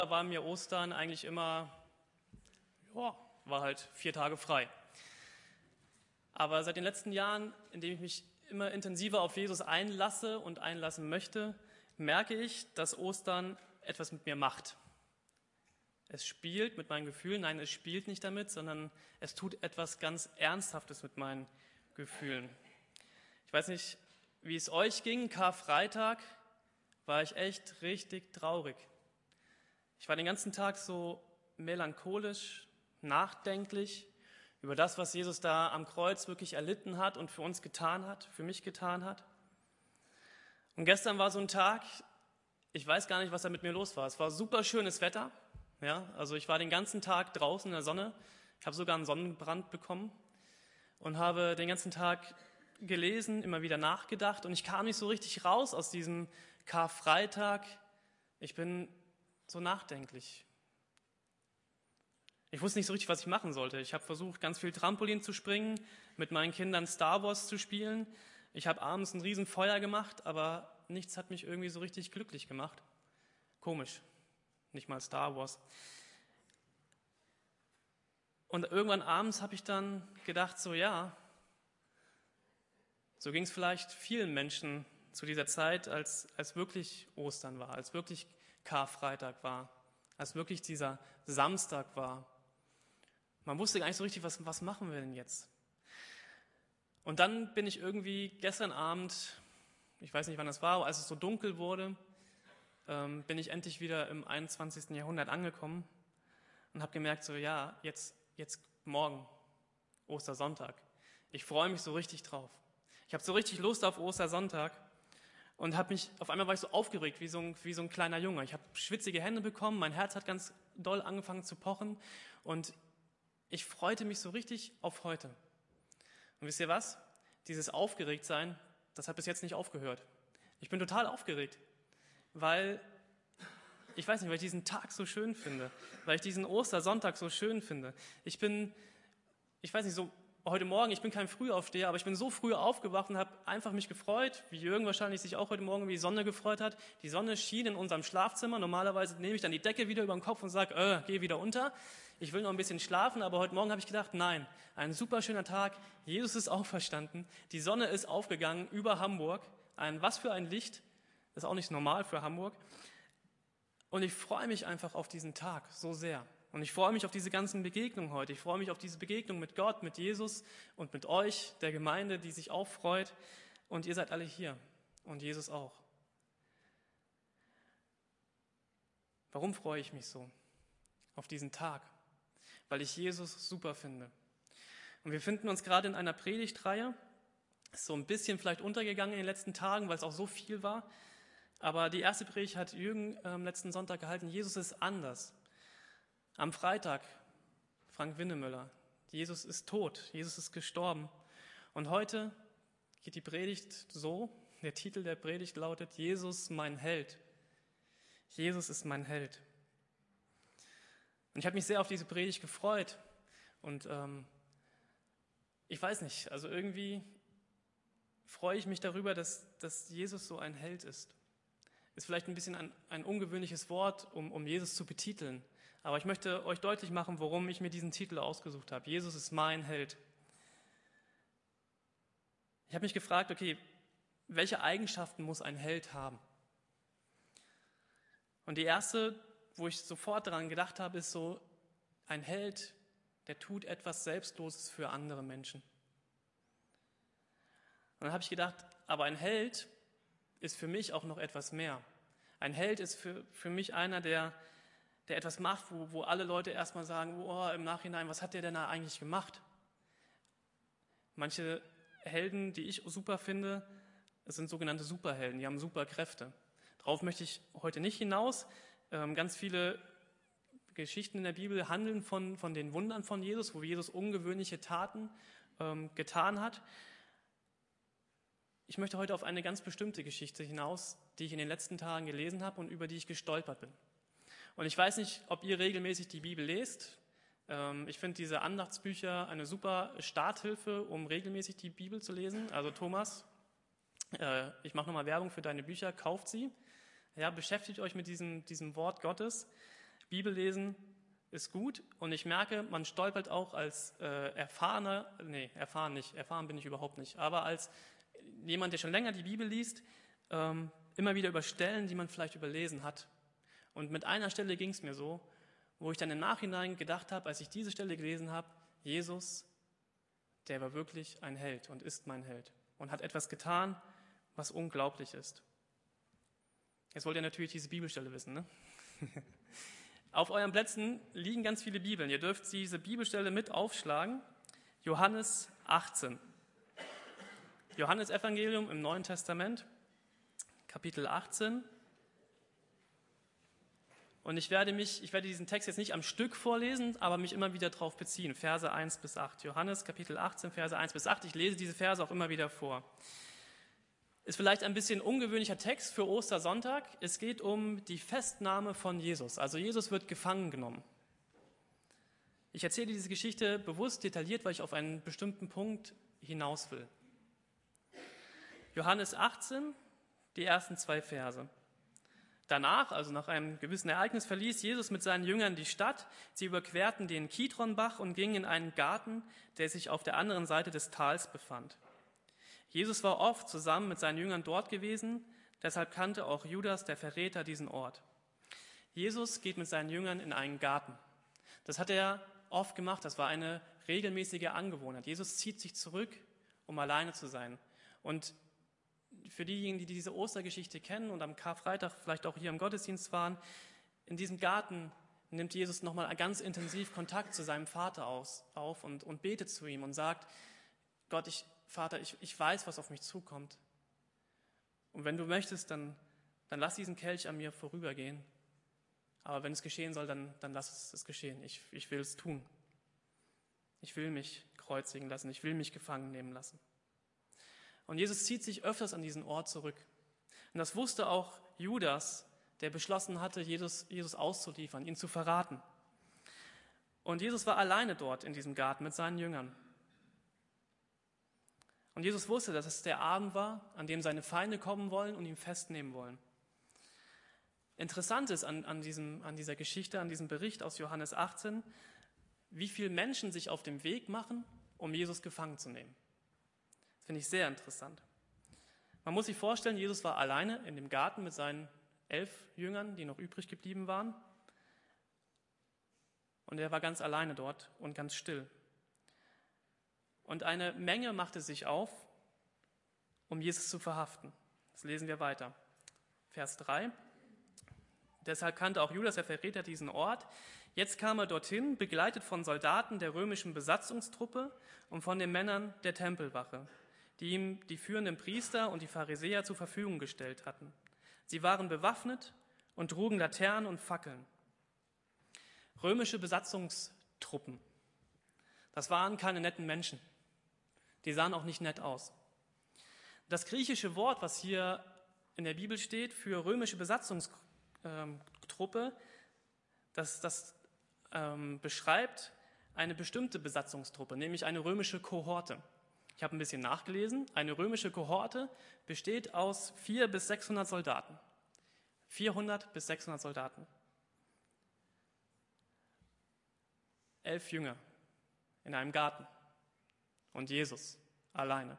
war mir Ostern eigentlich immer, war halt 4 Tage frei. Aber seit den letzten Jahren, indem ich mich immer intensiver auf Jesus einlasse und einlassen möchte, merke ich, dass Ostern etwas mit mir macht. Es spielt mit meinen Gefühlen, nein, es spielt nicht damit, sondern es tut etwas ganz Ernsthaftes mit meinen Gefühlen. Ich weiß nicht, wie es euch ging, Karfreitag war ich echt richtig traurig. Ich war den ganzen Tag so melancholisch, nachdenklich über das, was Jesus da am Kreuz wirklich erlitten hat und für uns getan hat, für mich getan hat. Und gestern war so ein Tag, ich weiß gar nicht, was da mit mir los war. Es war super schönes Wetter. Ja, also ich war den ganzen Tag draußen in der Sonne. Ich habe sogar einen Sonnenbrand bekommen und habe den ganzen Tag gelesen, immer wieder nachgedacht. Und ich kam nicht so richtig raus aus diesem Karfreitag. Ich bin so nachdenklich. Ich wusste nicht so richtig, was ich machen sollte. Ich habe versucht, ganz viel Trampolin zu springen, mit meinen Kindern Star Wars zu spielen. Ich habe abends ein Riesenfeuer gemacht, aber nichts hat mich irgendwie so richtig glücklich gemacht. Komisch, nicht mal Star Wars. Und irgendwann abends habe ich dann gedacht, so ging es vielleicht vielen Menschen zu dieser Zeit, als wirklich Ostern war, als wirklich Karfreitag war, als wirklich dieser Samstag war. Man wusste gar nicht so richtig, was machen wir denn jetzt? Und dann bin ich irgendwie gestern Abend, ich weiß nicht, wann das war, aber als es so dunkel wurde, bin ich endlich wieder im 21. Jahrhundert angekommen und habe gemerkt, jetzt morgen, Ostersonntag. Ich freue mich so richtig drauf. Ich habe so richtig Lust auf Ostersonntag und auf einmal war ich so aufgeregt wie so ein kleiner Junge. Ich habe schwitzige Hände bekommen, mein Herz hat ganz doll angefangen zu pochen und ich freute mich so richtig auf heute. Und wisst ihr was? Dieses Aufgeregtsein, das hat bis jetzt nicht aufgehört. Ich bin total aufgeregt, weil ich diesen Tag so schön finde, weil ich diesen Ostersonntag so schön finde. Heute Morgen, ich bin kein Frühaufsteher, aber ich bin so früh aufgewacht und habe einfach mich gefreut, wie Jürgen wahrscheinlich sich auch heute Morgen über die Sonne gefreut hat. Die Sonne schien in unserem Schlafzimmer. Normalerweise nehme ich dann die Decke wieder über den Kopf und sage, geh wieder unter. Ich will noch ein bisschen schlafen, aber heute Morgen habe ich gedacht, nein, ein super schöner Tag. Jesus ist auferstanden. Die Sonne ist aufgegangen über Hamburg. Was für ein Licht. Das ist auch nicht normal für Hamburg. Und ich freue mich einfach auf diesen Tag so sehr. Und ich freue mich auf diese ganzen Begegnungen heute. Ich freue mich auf diese Begegnung mit Gott, mit Jesus und mit euch, der Gemeinde, die sich auch freut. Und ihr seid alle hier. Und Jesus auch. Warum freue ich mich so auf diesen Tag? Weil ich Jesus super finde. Und wir finden uns gerade in einer Predigtreihe. Ist so ein bisschen vielleicht untergegangen in den letzten Tagen, weil es auch so viel war. Aber die erste Predigt hat Jürgen letzten Sonntag gehalten. Jesus ist anders. Am Freitag, Frank Winnemöller, Jesus ist tot, Jesus ist gestorben. Und heute geht die Predigt so, der Titel der Predigt lautet, Jesus mein Held. Jesus ist mein Held. Und ich habe mich sehr auf diese Predigt gefreut. Und ich weiß nicht, also irgendwie freue ich mich darüber, dass Jesus so ein Held ist. Ist vielleicht ein bisschen ein ungewöhnliches Wort, um Jesus zu betiteln. Aber ich möchte euch deutlich machen, warum ich mir diesen Titel ausgesucht habe. Jesus ist mein Held. Ich habe mich gefragt, okay, welche Eigenschaften muss ein Held haben? Und die erste, wo ich sofort daran gedacht habe, ist so, ein Held, der tut etwas Selbstloses für andere Menschen. Und dann habe ich gedacht, aber ein Held ist für mich auch noch etwas mehr. Ein Held ist für mich einer, der etwas macht, wo alle Leute erstmal sagen, im Nachhinein, was hat der denn da eigentlich gemacht? Manche Helden, die ich super finde, das sind sogenannte Superhelden, die haben Superkräfte. Darauf möchte ich heute nicht hinaus. Ganz viele Geschichten in der Bibel handeln von den Wundern von Jesus, wo Jesus ungewöhnliche Taten getan hat. Ich möchte heute auf eine ganz bestimmte Geschichte hinaus, die ich in den letzten Tagen gelesen habe und über die ich gestolpert bin. Und ich weiß nicht, ob ihr regelmäßig die Bibel lest. Ich finde diese Andachtsbücher eine super Starthilfe, um regelmäßig die Bibel zu lesen. Also Thomas, ich mache nochmal Werbung für deine Bücher, kauft sie. Ja, beschäftigt euch mit diesem Wort Gottes. Bibellesen ist gut und ich merke, man stolpert auch als erfahren bin ich überhaupt nicht, aber als jemand, der schon länger die Bibel liest, immer wieder über Stellen, die man vielleicht überlesen hat. Und mit einer Stelle ging es mir so, wo ich dann im Nachhinein gedacht habe, als ich diese Stelle gelesen habe, Jesus, der war wirklich ein Held und ist mein Held und hat etwas getan, was unglaublich ist. Jetzt wollt ihr natürlich diese Bibelstelle wissen, ne? Auf euren Plätzen liegen ganz viele Bibeln. Ihr dürft diese Bibelstelle mit aufschlagen. Johannes 18. Johannes Evangelium im Neuen Testament, Kapitel 18. Und ich werde diesen Text jetzt nicht am Stück vorlesen, aber mich immer wieder darauf beziehen. Verse 1 bis 8. Johannes Kapitel 18, Verse 1 bis 8. Ich lese diese Verse auch immer wieder vor. Ist vielleicht ein bisschen ungewöhnlicher Text für Ostersonntag. Es geht um die Festnahme von Jesus. Also Jesus wird gefangen genommen. Ich erzähle diese Geschichte bewusst detailliert, weil ich auf einen bestimmten Punkt hinaus will. Johannes 18, die ersten 2 Verse. Danach, also nach einem gewissen Ereignis, verließ Jesus mit seinen Jüngern die Stadt. Sie überquerten den Kidronbach und gingen in einen Garten, der sich auf der anderen Seite des Tals befand. Jesus war oft zusammen mit seinen Jüngern dort gewesen, deshalb kannte auch Judas, der Verräter, diesen Ort. Jesus geht mit seinen Jüngern in einen Garten. Das hat er oft gemacht, das war eine regelmäßige Angewohnheit. Jesus zieht sich zurück, um alleine zu sein. Und für diejenigen, die diese Ostergeschichte kennen und am Karfreitag vielleicht auch hier im Gottesdienst waren, in diesem Garten nimmt Jesus nochmal ganz intensiv Kontakt zu seinem Vater auf und betet zu ihm und sagt, Gott, Vater, ich weiß, was auf mich zukommt. Und wenn du möchtest, dann lass diesen Kelch an mir vorübergehen. Aber wenn es geschehen soll, dann lass es geschehen. Ich will es tun. Ich will mich kreuzigen lassen. Ich will mich gefangen nehmen lassen. Und Jesus zieht sich öfters an diesen Ort zurück. Und das wusste auch Judas, der beschlossen hatte, Jesus auszuliefern, ihn zu verraten. Und Jesus war alleine dort in diesem Garten mit seinen Jüngern. Und Jesus wusste, dass es der Abend war, an dem seine Feinde kommen wollen und ihn festnehmen wollen. Interessant ist an dieser Geschichte, an diesem Bericht aus Johannes 18, wie viele Menschen sich auf dem Weg machen, um Jesus gefangen zu nehmen. Das finde ich sehr interessant. Man muss sich vorstellen, Jesus war alleine in dem Garten mit seinen 11 Jüngern, die noch übrig geblieben waren. Und er war ganz alleine dort und ganz still. Und eine Menge machte sich auf, um Jesus zu verhaften. Das lesen wir weiter. Vers 3. Deshalb kannte auch Judas, der Verräter, diesen Ort. Jetzt kam er dorthin, begleitet von Soldaten der römischen Besatzungstruppe und von den Männern der Tempelwache, die ihm die führenden Priester und die Pharisäer zur Verfügung gestellt hatten. Sie waren bewaffnet und trugen Laternen und Fackeln. Römische Besatzungstruppen. Das waren keine netten Menschen. Die sahen auch nicht nett aus. Das griechische Wort, was hier in der Bibel steht für römische Besatzungstruppe, das beschreibt eine bestimmte Besatzungstruppe, nämlich eine römische Kohorte. Ich habe ein bisschen nachgelesen. Eine römische Kohorte besteht aus 400 bis 600 Soldaten. 400 bis 600 Soldaten. 11 Jünger in einem Garten und Jesus alleine.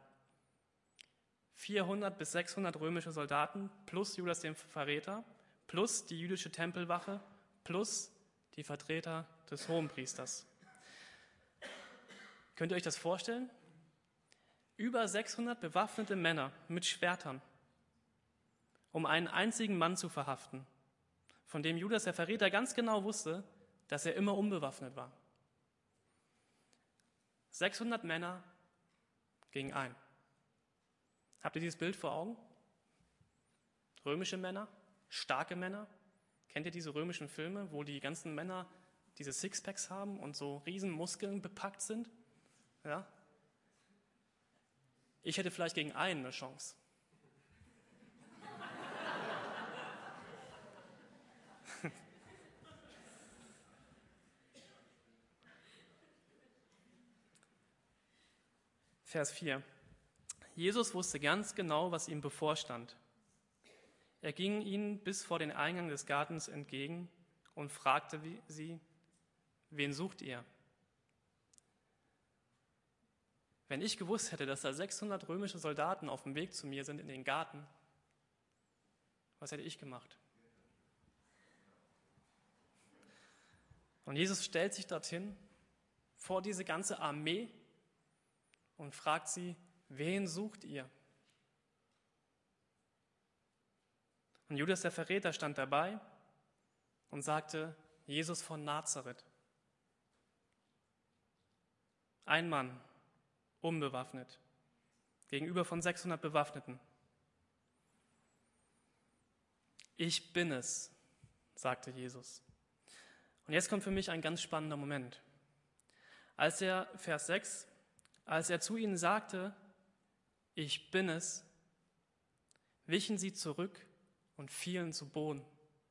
400 bis 600 römische Soldaten plus Judas den Verräter, plus die jüdische Tempelwache, plus die Vertreter des Hohenpriesters. Könnt ihr euch das vorstellen? Über 600 bewaffnete Männer mit Schwertern, um einen einzigen Mann zu verhaften, von dem Judas der Verräter ganz genau wusste, dass er immer unbewaffnet war. 600 Männer gegen einen. Habt ihr dieses Bild vor Augen? Römische Männer, starke Männer. Kennt ihr diese römischen Filme, wo die ganzen Männer diese Sixpacks haben und so riesen Muskeln bepackt sind? Ja? Ich hätte vielleicht gegen einen eine Chance. Vers 4. Jesus wusste ganz genau, was ihm bevorstand. Er ging ihnen bis vor den Eingang des Gartens entgegen und fragte sie, wen sucht ihr? Wenn ich gewusst hätte, dass da 600 römische Soldaten auf dem Weg zu mir sind in den Garten, was hätte ich gemacht? Und Jesus stellt sich dorthin vor diese ganze Armee und fragt sie, wen sucht ihr? Und Judas der Verräter stand dabei und sagte, Jesus von Nazareth. Ein Mann, unbewaffnet, gegenüber von 600 Bewaffneten. Ich bin es, sagte Jesus. Und jetzt kommt für mich ein ganz spannender Moment. Vers 6, als er zu ihnen sagte, ich bin es, wichen sie zurück und fielen zu Boden.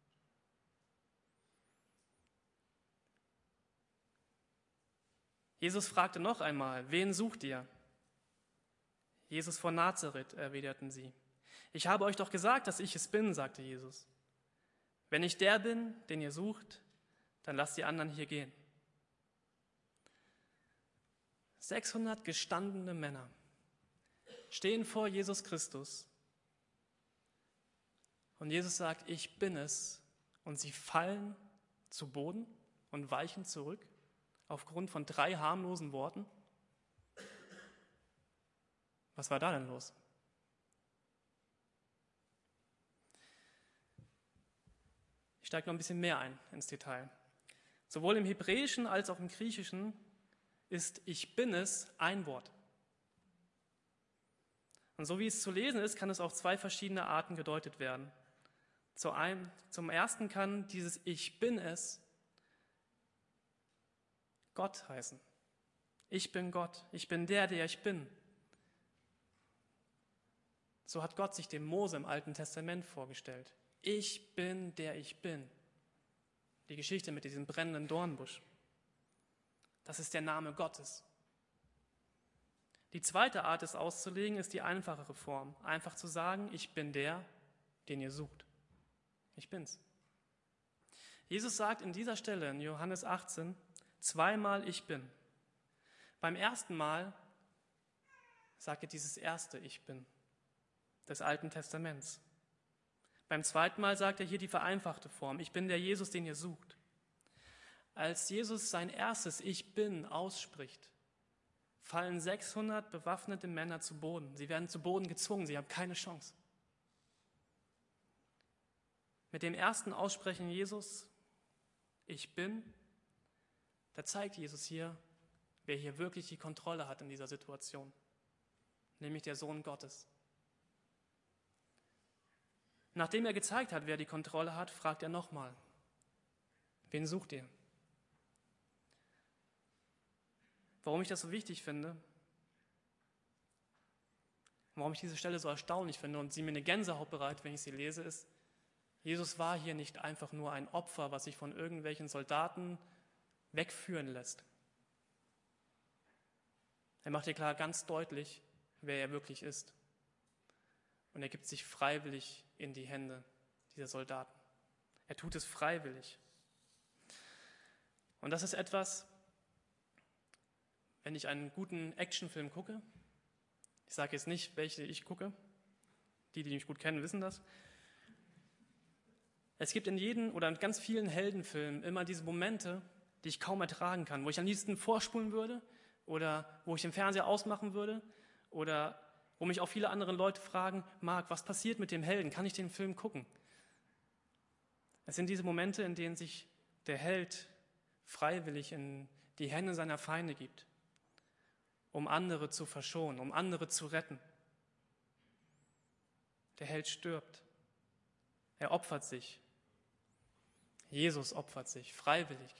Jesus fragte noch einmal, wen sucht ihr? Jesus von Nazareth, erwiderten sie. Ich habe euch doch gesagt, dass ich es bin, sagte Jesus. Wenn ich der bin, den ihr sucht, dann lasst die anderen hier gehen. 600 gestandene Männer stehen vor Jesus Christus und Jesus sagt, ich bin es, und sie fallen zu Boden und weichen zurück aufgrund von 3 harmlosen Worten. Was war da denn los? Ich steige noch ein bisschen mehr ein ins Detail. Sowohl im Hebräischen als auch im Griechischen ist ich bin es ein Wort. Und so wie es zu lesen ist, kann es auf 2 verschiedene Arten gedeutet werden. Zum ersten kann dieses ich bin es Gott heißen. Ich bin Gott, ich bin der ich bin. So hat Gott sich dem Mose im Alten Testament vorgestellt. Ich bin der ich bin. Die Geschichte mit diesem brennenden Dornbusch. Das ist der Name Gottes. Die zweite Art, es auszulegen, ist die einfachere Form. Einfach zu sagen, ich bin der, den ihr sucht. Ich bin's. Jesus sagt in dieser Stelle in Johannes 18 zweimal ich bin. Beim ersten Mal sagt er dieses erste Ich bin des Alten Testaments. Beim zweiten Mal sagt er hier die vereinfachte Form. Ich bin der Jesus, den ihr sucht. Als Jesus sein erstes Ich bin ausspricht, fallen 600 bewaffnete Männer zu Boden. Sie werden zu Boden gezwungen, sie haben keine Chance. Mit dem ersten Aussprechen Jesus, ich bin, da zeigt Jesus hier, wer hier wirklich die Kontrolle hat in dieser Situation, nämlich der Sohn Gottes. Nachdem er gezeigt hat, wer die Kontrolle hat, fragt er nochmal, wen sucht ihr? Warum ich das so wichtig finde, warum ich diese Stelle so erstaunlich finde und sie mir eine Gänsehaut bereitet, wenn ich sie lese, ist, Jesus war hier nicht einfach nur ein Opfer, was sich von irgendwelchen Soldaten wegführen lässt. Er macht hier klar ganz deutlich, wer er wirklich ist. Und er gibt sich freiwillig in die Hände dieser Soldaten. Er tut es freiwillig. Und das ist etwas, wenn ich einen guten Actionfilm gucke, ich sage jetzt nicht, welche ich gucke, die mich gut kennen, wissen das. Es gibt in jedem oder in ganz vielen Heldenfilmen immer diese Momente, die ich kaum ertragen kann, wo ich am liebsten vorspulen würde oder wo ich den Fernseher ausmachen würde oder wo mich auch viele andere Leute fragen, Marc, was passiert mit dem Helden? Kann ich den Film gucken? Es sind diese Momente, in denen sich der Held freiwillig in die Hände seiner Feinde gibt, um andere zu verschonen, um andere zu retten. Der Held stirbt. Er opfert sich. Jesus opfert sich freiwillig.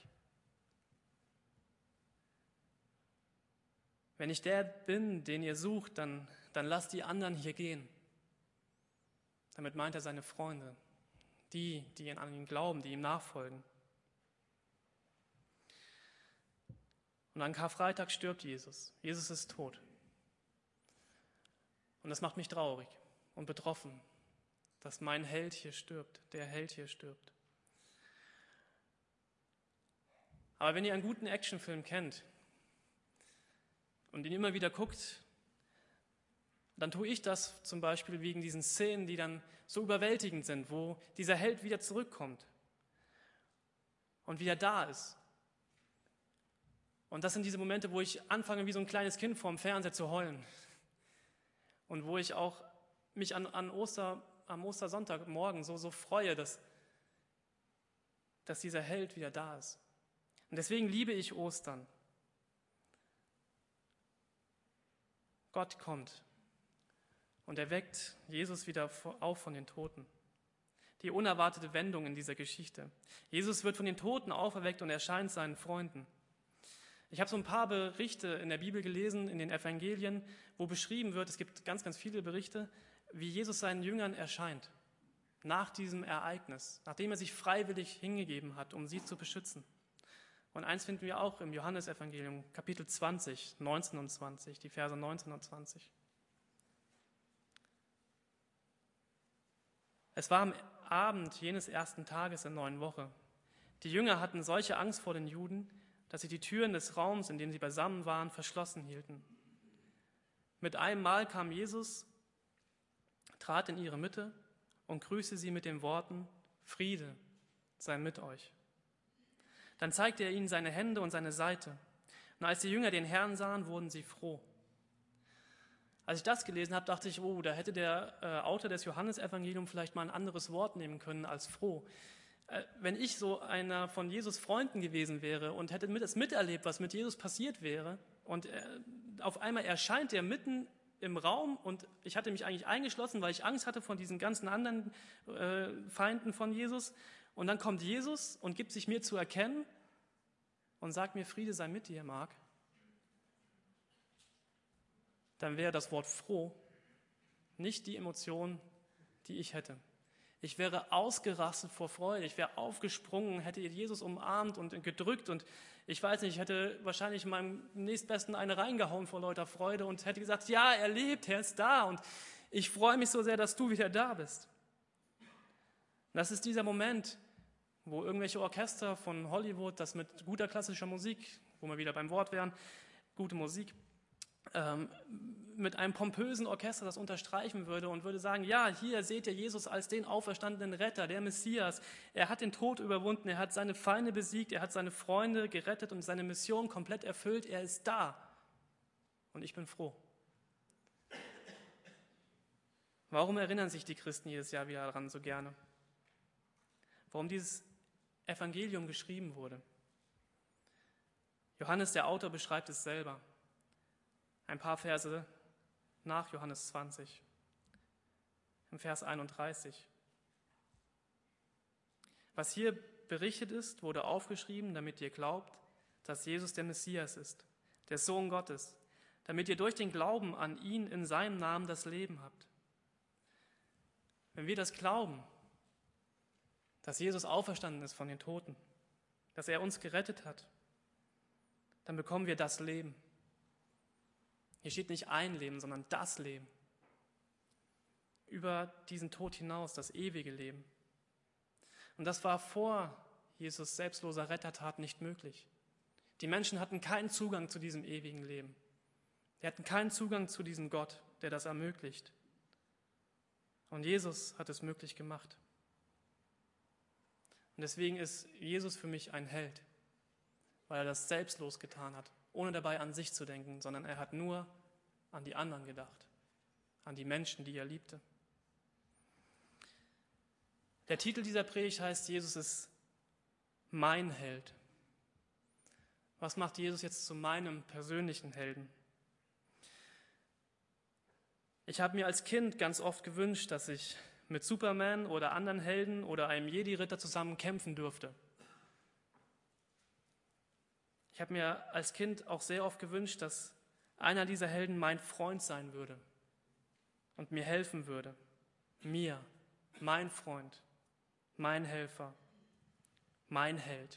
Wenn ich der bin, den ihr sucht, dann lasst die anderen hier gehen. Damit meint er seine Freunde, die an ihn glauben, die ihm nachfolgen. Und an Karfreitag stirbt Jesus. Jesus ist tot. Und das macht mich traurig und betroffen, dass mein Held hier stirbt, der Held hier stirbt. Aber wenn ihr einen guten Actionfilm kennt und ihn immer wieder guckt, dann tue ich das zum Beispiel wegen diesen Szenen, die dann so überwältigend sind, wo dieser Held wieder zurückkommt und wieder da ist. Und das sind diese Momente, wo ich anfange, wie so ein kleines Kind vorm Fernseher zu heulen. Und wo ich auch mich am Ostersonntagmorgen so freue, dass dieser Held wieder da ist. Und deswegen liebe ich Ostern. Gott kommt und er weckt Jesus wieder auf von den Toten. Die unerwartete Wendung in dieser Geschichte. Jesus wird von den Toten auferweckt und erscheint seinen Freunden. Ich habe so ein paar Berichte in der Bibel gelesen, in den Evangelien, wo beschrieben wird, es gibt ganz, ganz viele Berichte, wie Jesus seinen Jüngern erscheint, nach diesem Ereignis, nachdem er sich freiwillig hingegeben hat, um sie zu beschützen. Und eins finden wir auch im Johannesevangelium, Kapitel 20, 19 und 20, die Verse 19 und 20. Es war am Abend jenes ersten Tages der neuen Woche. Die Jünger hatten solche Angst vor den Juden, dass sie die Türen des Raums, in dem sie beisammen waren, verschlossen hielten. Mit einem Mal kam Jesus, trat in ihre Mitte und grüßte sie mit den Worten: Friede sei mit euch. Dann zeigte er ihnen seine Hände und seine Seite. Und als die Jünger den Herrn sahen, wurden sie froh. Als ich das gelesen habe, dachte ich, da hätte der Autor des Johannesevangeliums vielleicht mal ein anderes Wort nehmen können als froh. Wenn ich so einer von Jesus Freunden gewesen wäre und hätte das miterlebt, was mit Jesus passiert wäre, und auf einmal erscheint er mitten im Raum und ich hatte mich eigentlich eingeschlossen, weil ich Angst hatte vor diesen ganzen anderen Feinden von Jesus, und dann kommt Jesus und gibt sich mir zu erkennen und sagt mir, Friede sei mit dir, Marc, dann wäre das Wort froh nicht die Emotion, die ich hätte. Ich wäre ausgerastet vor Freude, ich wäre aufgesprungen, hätte Jesus umarmt und gedrückt und ich weiß nicht, ich hätte wahrscheinlich meinem Nächstbesten eine reingehauen vor lauter Freude und hätte gesagt, ja, er lebt, er ist da und ich freue mich so sehr, dass du wieder da bist. Und das ist dieser Moment, wo irgendwelche Orchester von Hollywood, das mit guter klassischer Musik, wo wir wieder beim Wort wären, gute Musik, mit einem pompösen Orchester das unterstreichen würde und würde sagen, ja, hier seht ihr Jesus als den auferstandenen Retter, der Messias. Er hat den Tod überwunden, er hat seine Feinde besiegt, er hat seine Freunde gerettet und seine Mission komplett erfüllt. Er ist da und ich bin froh. Warum erinnern sich die Christen jedes Jahr wieder daran so gerne? Warum dieses Evangelium geschrieben wurde? Johannes, der Autor, beschreibt es selber. Ein paar Verse nach Johannes 20, im Vers 31. Was hier berichtet ist, wurde aufgeschrieben, damit ihr glaubt, dass Jesus der Messias ist, der Sohn Gottes, damit ihr durch den Glauben an ihn in seinem Namen das Leben habt. Wenn wir das glauben, dass Jesus auferstanden ist von den Toten, dass er uns gerettet hat, dann bekommen wir das Leben. Hier steht nicht ein Leben, sondern das Leben. Über diesen Tod hinaus, das ewige Leben. Und das war vor Jesus selbstloser Rettertat nicht möglich. Die Menschen hatten keinen Zugang zu diesem ewigen Leben. Die hatten keinen Zugang zu diesem Gott, der das ermöglicht. Und Jesus hat es möglich gemacht. Und deswegen ist Jesus für mich ein Held, weil er das selbstlos getan hat, ohne dabei an sich zu denken, sondern er hat nur an die anderen gedacht, an die Menschen, die er liebte. Der Titel dieser Predigt heißt, Jesus ist mein Held. Was macht Jesus jetzt zu meinem persönlichen Helden? Ich habe mir als Kind ganz oft gewünscht, dass ich mit Superman oder anderen Helden oder einem Jedi-Ritter zusammen kämpfen dürfte. Ich habe mir als Kind auch sehr oft gewünscht, dass einer dieser Helden mein Freund sein würde und mir helfen würde. Mir, mein Freund, mein Helfer, mein Held.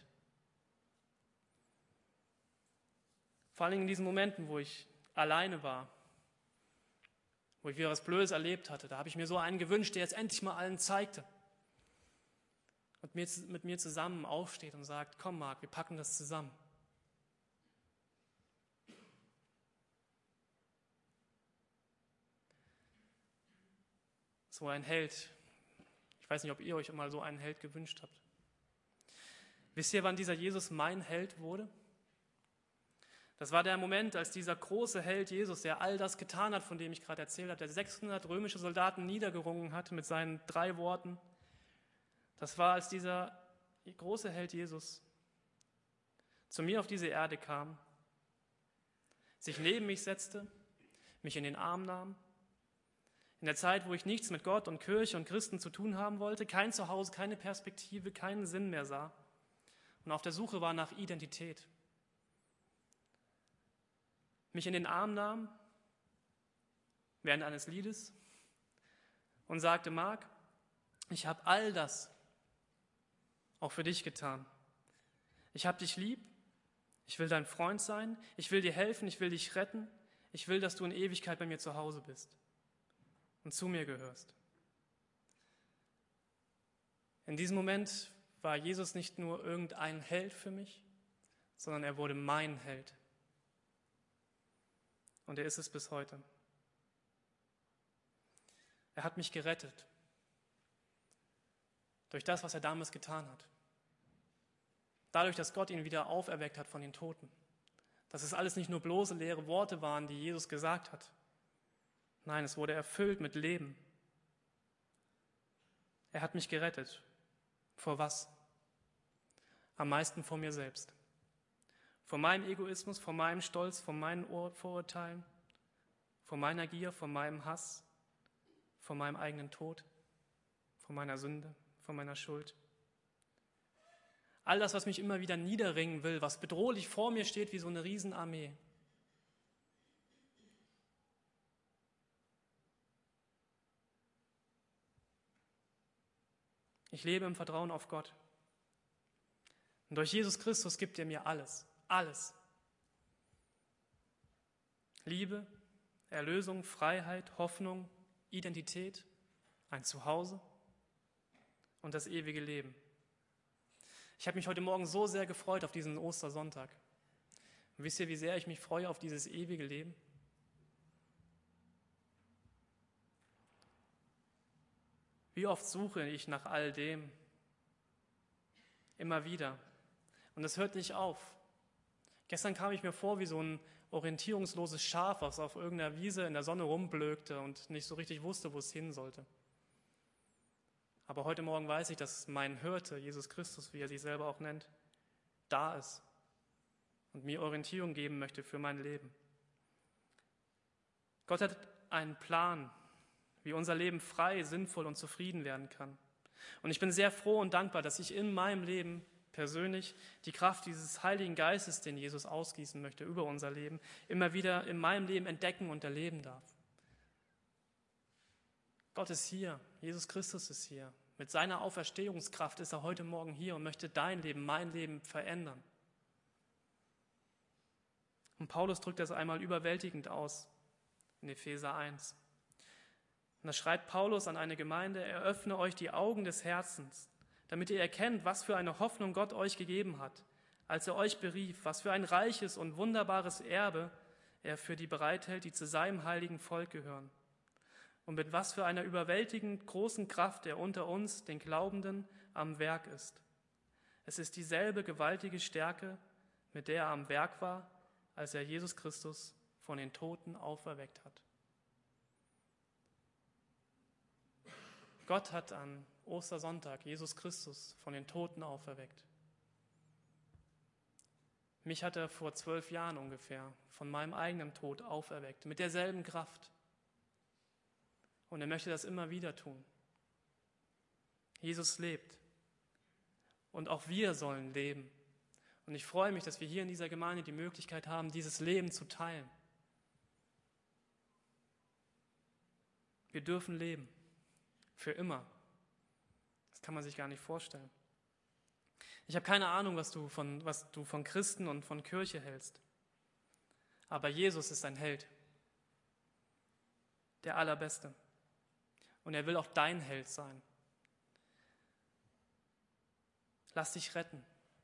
Vor allem in diesen Momenten, wo ich alleine war, wo ich wieder was Blödes erlebt hatte, da habe ich mir so einen gewünscht, der jetzt endlich mal allen zeigte. und mit mir zusammen aufsteht und sagt, komm Marc, wir packen das zusammen. So ein Held. Ich weiß nicht, ob ihr euch mal so einen Held gewünscht habt. Wisst ihr, wann dieser Jesus mein Held wurde? Das war der Moment, als dieser große Held Jesus, der all das getan hat, von dem ich gerade erzählt habe, der 600 römische Soldaten niedergerungen hat mit seinen 3 Worten. Das war, als dieser große Held Jesus zu mir auf diese Erde kam, sich neben mich setzte, mich in den Arm nahm. In der Zeit, wo ich nichts mit Gott und Kirche und Christen zu tun haben wollte, kein Zuhause, keine Perspektive, keinen Sinn mehr sah und auf der Suche war nach Identität. Mich in den Arm nahm während eines Liedes und sagte, Marc, ich habe all das auch für dich getan. Ich habe dich lieb, ich will dein Freund sein, ich will dir helfen, ich will dich retten, ich will, dass du in Ewigkeit bei mir zu Hause bist und zu mir gehörst. In diesem Moment war Jesus nicht nur irgendein Held für mich, sondern er wurde mein Held. Und er ist es bis heute. Er hat mich gerettet durch das, was er damals getan hat. Dadurch, dass Gott ihn wieder auferweckt hat von den Toten. Dass es alles nicht nur bloße leere Worte waren, die Jesus gesagt hat. Nein, es wurde erfüllt mit Leben. Er hat mich gerettet. Vor was? Am meisten vor mir selbst. Vor meinem Egoismus, vor meinem Stolz, vor meinen Vorurteilen, vor meiner Gier, vor meinem Hass, vor meinem eigenen Tod, vor meiner Sünde, vor meiner Schuld. All das, was mich immer wieder niederringen will, was bedrohlich vor mir steht wie so eine Riesenarmee. Ich lebe im Vertrauen auf Gott. Und durch Jesus Christus gibt er mir alles. Alles. Liebe, Erlösung, Freiheit, Hoffnung, Identität, ein Zuhause und das ewige Leben. Ich habe mich heute Morgen so sehr gefreut auf diesen Ostersonntag. Und wisst ihr, wie sehr ich mich freue auf dieses ewige Leben? Wie oft suche ich nach all dem? Immer wieder. Und das hört nicht auf. Gestern kam ich mir vor wie so ein orientierungsloses Schaf, was auf irgendeiner Wiese in der Sonne rumblökte und nicht so richtig wusste, wo es hin sollte. Aber heute Morgen weiß ich, dass mein Hirte, Jesus Christus, wie er sich selber auch nennt, da ist und mir Orientierung geben möchte für mein Leben. Gott hat einen Plan, wie unser Leben frei, sinnvoll und zufrieden werden kann. Und ich bin sehr froh und dankbar, dass ich in meinem Leben persönlich die Kraft dieses Heiligen Geistes, den Jesus ausgießen möchte über unser Leben, immer wieder in meinem Leben entdecken und erleben darf. Gott ist hier, Jesus Christus ist hier. Mit seiner Auferstehungskraft ist er heute Morgen hier und möchte dein Leben, mein Leben verändern. Und Paulus drückt das einmal überwältigend aus in Epheser 1. Und da schreibt Paulus an eine Gemeinde, er öffne euch die Augen des Herzens, damit ihr erkennt, was für eine Hoffnung Gott euch gegeben hat, als er euch berief, was für ein reiches und wunderbares Erbe er für die bereithält, die zu seinem heiligen Volk gehören. Und mit was für einer überwältigend großen Kraft er unter uns, den Glaubenden, am Werk ist. Es ist dieselbe gewaltige Stärke, mit der er am Werk war, als er Jesus Christus von den Toten auferweckt hat. Gott hat an Ostersonntag Jesus Christus von den Toten auferweckt. Mich hat er vor 12 Jahren ungefähr von meinem eigenen Tod auferweckt, mit derselben Kraft. Und er möchte das immer wieder tun. Jesus lebt. Und auch wir sollen leben. Und ich freue mich, dass wir hier in dieser Gemeinde die Möglichkeit haben, dieses Leben zu teilen. Wir dürfen leben. Für immer. Das kann man sich gar nicht vorstellen. Ich habe keine Ahnung, was du von Christen und von Kirche hältst. Aber Jesus ist ein Held. Der Allerbeste. Und er will auch dein Held sein. Lass dich retten.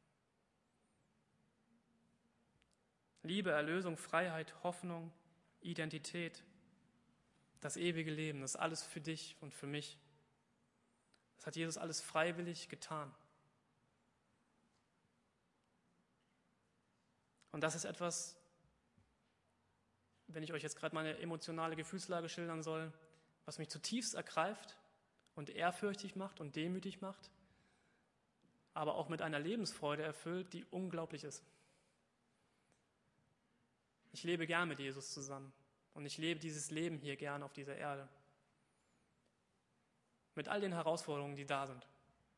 Liebe, Erlösung, Freiheit, Hoffnung, Identität, das ewige Leben, das ist alles für dich und für mich. Das hat Jesus alles freiwillig getan. Und das ist etwas, wenn ich euch jetzt gerade meine emotionale Gefühlslage schildern soll, was mich zutiefst ergreift und ehrfürchtig macht und demütig macht, aber auch mit einer Lebensfreude erfüllt, die unglaublich ist. Ich lebe gern mit Jesus zusammen und ich lebe dieses Leben hier gern auf dieser Erde. Mit all den Herausforderungen, die da sind.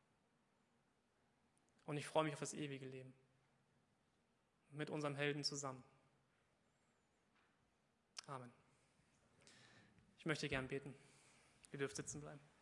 Und ich freue mich auf das ewige Leben. Mit unserem Helden zusammen. Amen. Ich möchte gern beten. Ihr dürft sitzen bleiben.